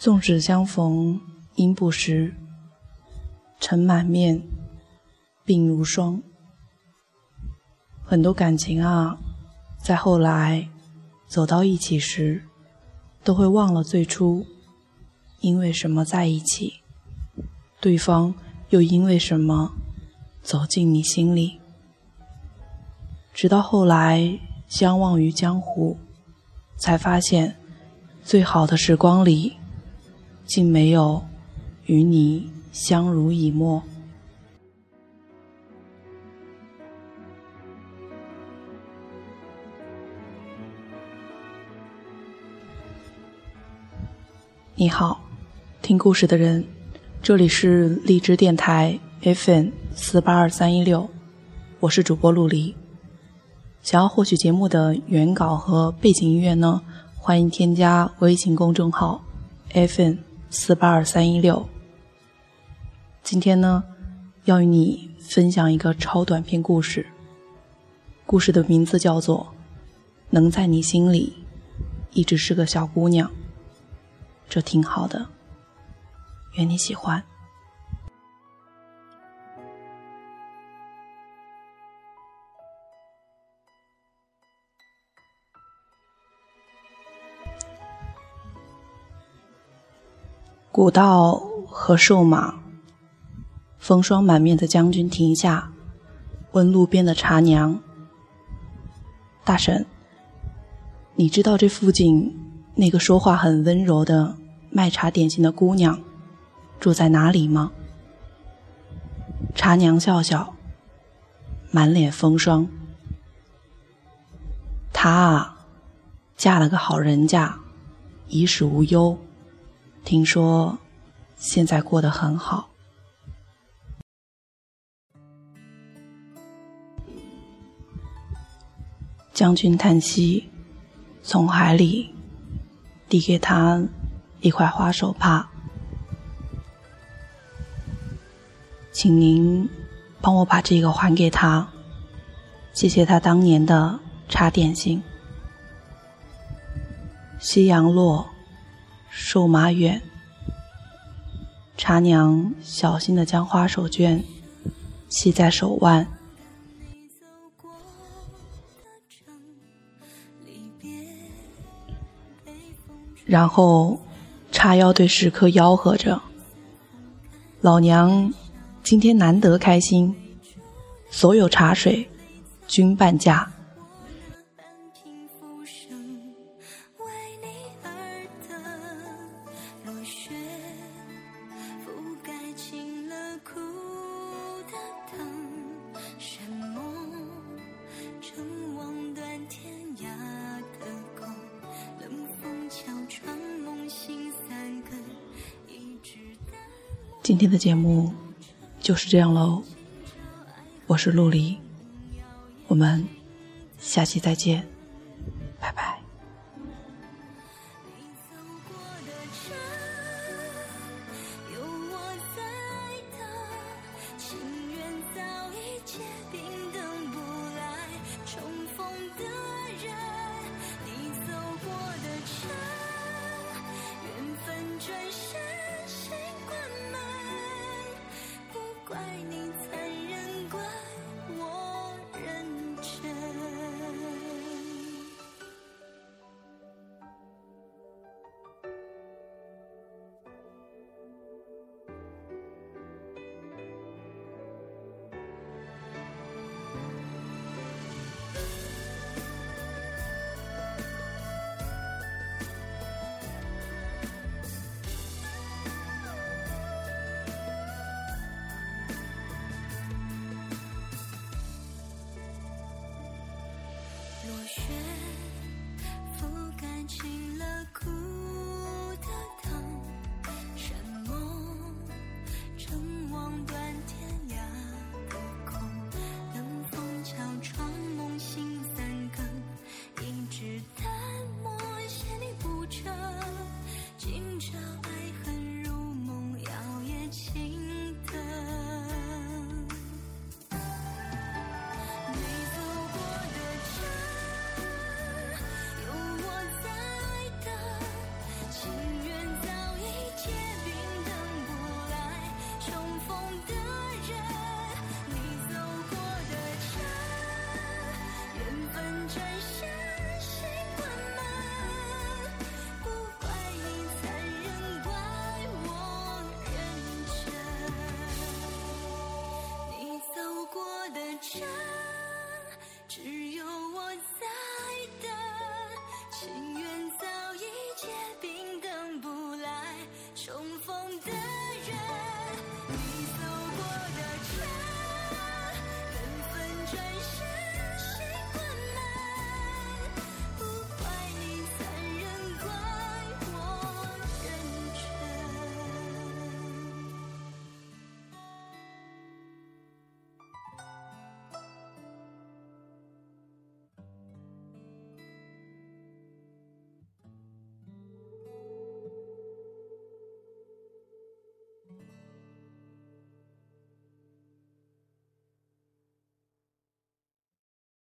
纵使相逢应不识，尘满面，鬓如霜。很多感情啊，在后来走到一起时，都会忘了最初因为什么在一起，对方又因为什么走进你心里。直到后来相忘于江湖，才发现最好的时光里竟没有与你相濡以沫。你好，听故事的人，这里是荔枝电台 FM482-316，我是主播陆离。想要获取节目的原稿和背景音乐呢，欢迎添加微信公众号 FM482-316。今天呢，要与你分享一个超短篇故事，故事的名字叫做能在你心里一直是个小姑娘，这挺好的，愿你喜欢。古道和瘦马，风霜满面的将军停下，问路边的茶娘：大婶，你知道这附近那个说话很温柔的卖茶点心的姑娘住在哪里吗？茶娘笑笑，满脸风霜。她啊，嫁了个好人家，衣食无忧，听说现在过得很好。将军叹息，从海里递给他一块花手帕，请您帮我把这个还给他，谢谢他当年的茶点心。夕阳落，瘦马远，茶娘小心地将花手绢系在手腕，然后叉腰对食客吆喝着：老娘今天难得开心，所有茶水均半价。今天的节目就是这样喽，我是陆离，我们下期再见。